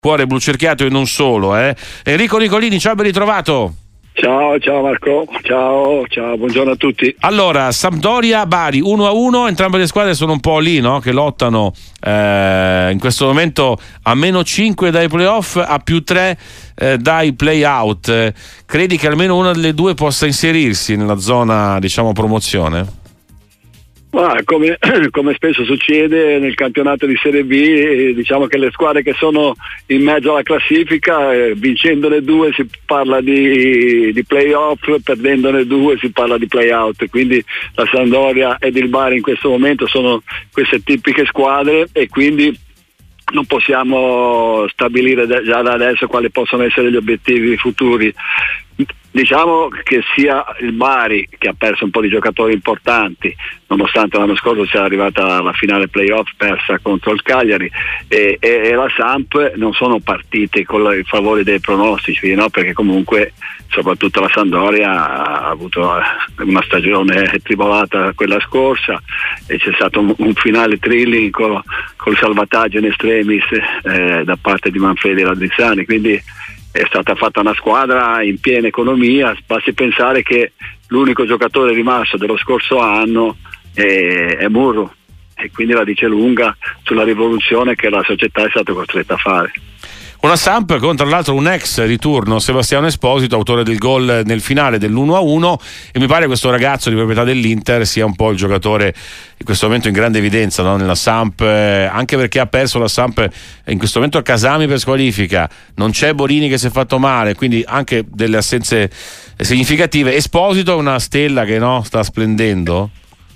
cuore blu cerchiato e non solo. Enrico Nicolini, ciao, ben ritrovato. Ciao Marco, ciao, buongiorno a tutti. Allora, Sampdoria-Bari 1-1, entrambe le squadre sono un po' lì, no? Che lottano in questo momento a -5 dai playoff, a +3 dai play-out. Credi che almeno una delle due possa inserirsi nella zona, diciamo, promozione? Come spesso succede nel campionato di Serie B, diciamo che le squadre che sono in mezzo alla classifica, vincendone due si parla di play-off, perdendone due si parla di play-out, quindi la Sampdoria ed il Bari in questo momento sono queste tipiche squadre e quindi non possiamo stabilire già da adesso quali possono essere gli obiettivi futuri. Diciamo che sia il Bari, che ha perso un po' di giocatori importanti, nonostante l'anno scorso sia arrivata alla finale playoff persa contro il Cagliari, e la Samp non sono partite con il favore dei pronostici, no? Perché comunque soprattutto la Sampdoria ha avuto una stagione tribolata quella scorsa e c'è stato un finale thrilling col salvataggio in extremis da parte di Manfredi e Radrizzani, quindi è stata fatta una squadra in piena economia. Basti pensare che l'unico giocatore rimasto dello scorso anno è Murro, e quindi la dice lunga sulla rivoluzione che la società è stata costretta a fare. Una Samp con tra l'altro un ex ritorno, Sebastiano Esposito, autore del gol nel finale dell'1-1, e mi pare questo ragazzo di proprietà dell'Inter sia un po' il giocatore in questo momento in grande evidenza, no? Nella Samp, anche perché ha perso la Samp in questo momento a Casami per squalifica, non c'è Borini che si è fatto male, quindi anche delle assenze significative. Esposito è una stella che sta splendendo.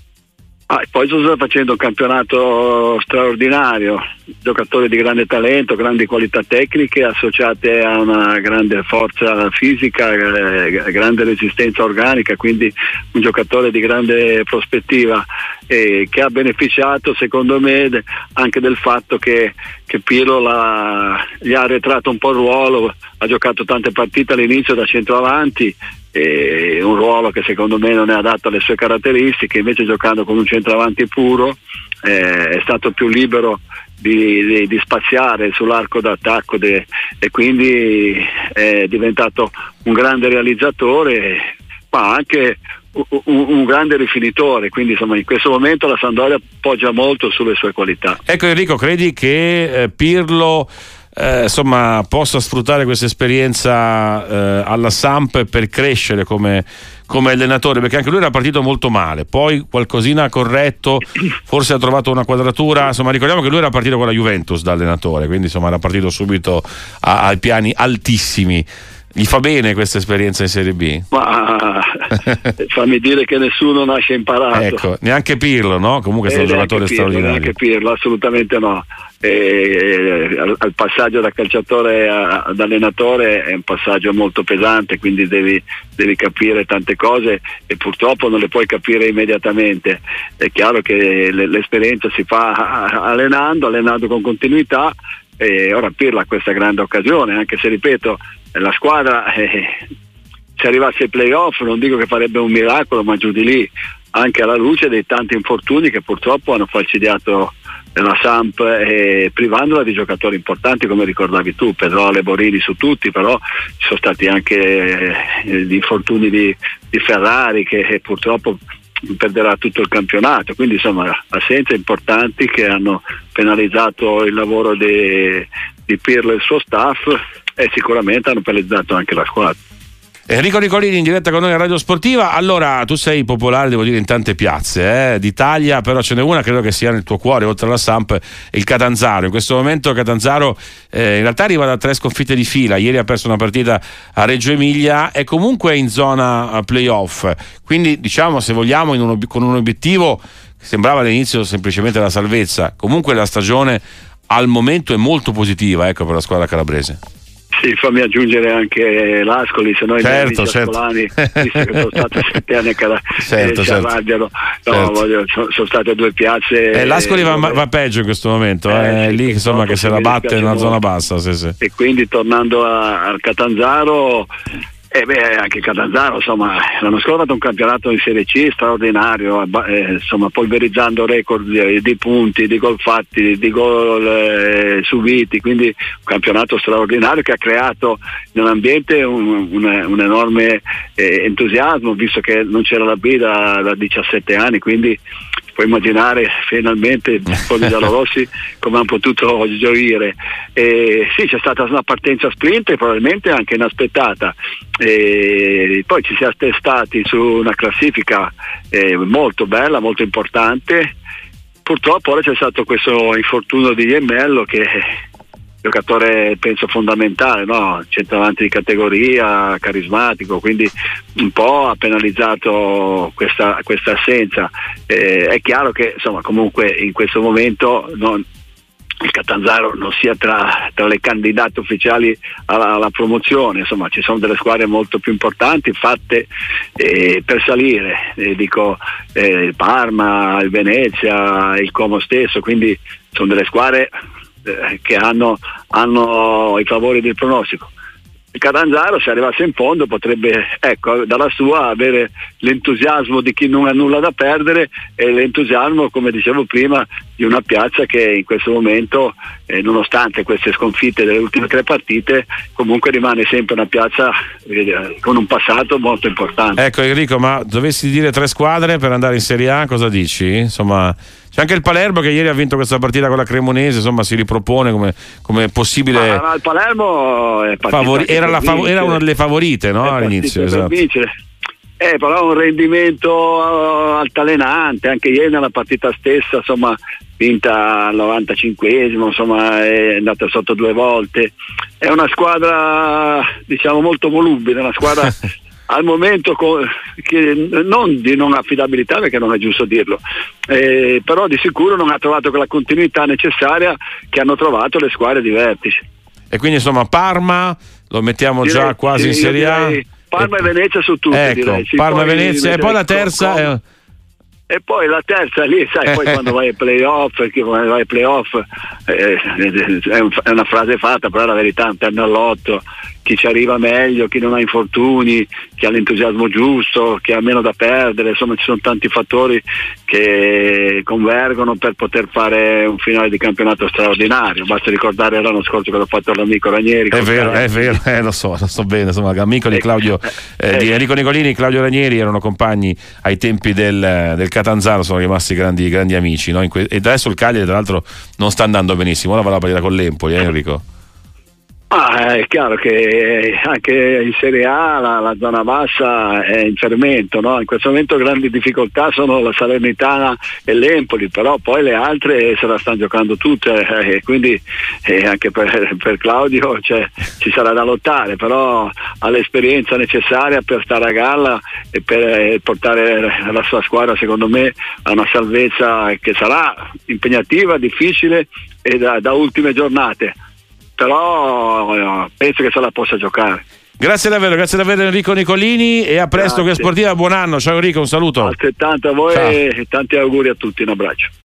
Poi sta facendo un campionato straordinario, giocatori di grande talento, grandi qualità tecniche associate a una grande forza fisica, grande resistenza organica, quindi un giocatore di grande prospettiva, che ha beneficiato secondo me anche del fatto che Pirlo gli ha arretrato un po' il ruolo, ha giocato tante partite all'inizio da centroavanti, un ruolo che secondo me non è adatto alle sue caratteristiche, invece giocando con un centravanti puro è stato più libero di spaziare sull'arco d'attacco e quindi è diventato un grande realizzatore, ma anche un grande rifinitore, quindi insomma in questo momento la Sampdoria poggia molto sulle sue qualità. Ecco Enrico, credi che Pirlo possa sfruttare questa esperienza alla Samp per crescere come allenatore, perché anche lui era partito molto male, poi qualcosina ha corretto, forse ha trovato una quadratura, ricordiamo che lui era partito con la Juventus da allenatore, quindi era partito subito ai piani altissimi. Gli fa bene questa esperienza in Serie B? Ma fammi dire che nessuno nasce imparato. Ecco, neanche Pirlo, no? Comunque è stato un giocatore straordinario. Neanche Pirlo, assolutamente no. Al passaggio da calciatore ad allenatore è un passaggio molto pesante, quindi devi capire tante cose e purtroppo non le puoi capire immediatamente. È chiaro che l'esperienza si fa allenando con continuità, e ora Pirlo ha questa grande occasione, anche se ripeto la squadra se arrivasse ai playoff non dico che farebbe un miracolo, ma giù di lì, anche alla luce dei tanti infortuni che purtroppo hanno falcidiato la Samp, privandola di giocatori importanti come ricordavi tu, Pedrola e Borini su tutti, però ci sono stati anche gli infortuni di Ferrari che purtroppo perderà tutto il campionato, quindi assenze importanti che hanno penalizzato il lavoro di Pirlo e il suo staff e sicuramente hanno penalizzato anche la squadra. Enrico Nicolini in diretta con noi a Radio Sportiva. Allora, tu sei popolare, devo dire, in tante piazze d'Italia, però ce n'è una, credo che sia nel tuo cuore, oltre alla Samp, il Catanzaro. In questo momento Catanzaro in realtà arriva da 3 sconfitte di fila, ieri ha perso una partita a Reggio Emilia, è comunque in zona playoff, quindi diciamo, se vogliamo, con un obiettivo che sembrava all'inizio semplicemente la salvezza, comunque la stagione al momento è molto positiva, per la squadra calabrese. Sì, fammi aggiungere anche l'Ascoli, se no i miei amici ascolani, visto che sono stato 7 anni si arrabbiano. Sono state 2 piazze. L'Ascoli va peggio in questo momento, è lì che se la batte nella zona bassa. Sì. E quindi tornando al Catanzaro, Anche Catanzaro, insomma, l'anno scorso ha fatto un campionato in Serie C straordinario, insomma, polverizzando record di punti, di gol fatti, di gol subiti, quindi un campionato straordinario che ha creato nell'ambiente un enorme entusiasmo, visto che non c'era la B da 17 anni, quindi puoi immaginare finalmente i tifosi giallorossi come hanno potuto gioire. Sì, c'è stata una partenza sprint e probabilmente anche inaspettata, poi ci si è attestati su una classifica molto bella, molto importante. Purtroppo ora c'è stato questo infortunio di Iemmello, che è un giocatore penso fondamentale, no? Centravanti di categoria, carismatico, quindi un po' ha penalizzato questa assenza. È chiaro che insomma comunque in questo momento il Catanzaro non sia tra le candidate ufficiali alla promozione, insomma ci sono delle squadre molto più importanti fatte per salire, dico il Parma, il Venezia, il Como stesso, quindi sono delle squadre che hanno i favori del pronostico. Il Catanzaro, se arrivasse in fondo, potrebbe, dalla sua avere l'entusiasmo di chi non ha nulla da perdere e l'entusiasmo, come dicevo prima, di una piazza che in questo momento, nonostante queste sconfitte delle ultime 3 partite, comunque rimane sempre una piazza con un passato molto importante. Ecco Enrico, ma dovessi dire 3 squadre per andare in Serie A, cosa dici? Insomma, c'è anche il Palermo che ieri ha vinto questa partita con la Cremonese, insomma si ripropone come possibile. Ma il Palermo è era una delle favorite, no? All'inizio, esatto. Però un rendimento altalenante, anche ieri nella partita stessa, insomma, vinta al 95esimo, insomma, è andata sotto 2 volte. È una squadra, diciamo, molto volubile, una squadra al momento che non di non affidabilità, perché non è giusto dirlo, però di sicuro non ha trovato quella continuità necessaria che hanno trovato le squadre di vertice. E quindi insomma Parma lo mettiamo già quasi in Serie A. Parma e Venezia su tutte, direi. Sì, Parma e Venezia, e poi la terza e poi la terza lì, sai, poi quando vai ai playoff, è una frase fatta, però la verità è un terno all'otto. Chi ci arriva meglio, chi non ha infortuni, chi ha l'entusiasmo giusto, chi ha meno da perdere, insomma ci sono tanti fattori che convergono per poter fare un finale di campionato straordinario. Basta ricordare l'anno scorso che l'ho fatto l'amico Ranieri. È vero, lo so bene, insomma, amico di Claudio, di Enrico Nicolini e Claudio Ranieri erano compagni ai tempi del Catanzaro, sono rimasti grandi amici, no? E adesso il Cagliari tra l'altro non sta andando benissimo, ora va la partita con l'Empoli, Enrico. È chiaro che anche in Serie A la zona bassa è in fermento, no? In questo momento grandi difficoltà sono la Salernitana e l'Empoli, però poi le altre se la stanno giocando tutte, e quindi anche per Claudio ci sarà da lottare, però ha l'esperienza necessaria per stare a galla e per portare la sua squadra, secondo me, a una salvezza che sarà impegnativa, difficile e da ultime giornate. Però penso che se la possa giocare. Grazie davvero Enrico Nicolini e a presto con Sportiva, buon anno, ciao Enrico, un saluto. Altrettanto a voi. Ciao. E tanti auguri a tutti, un abbraccio.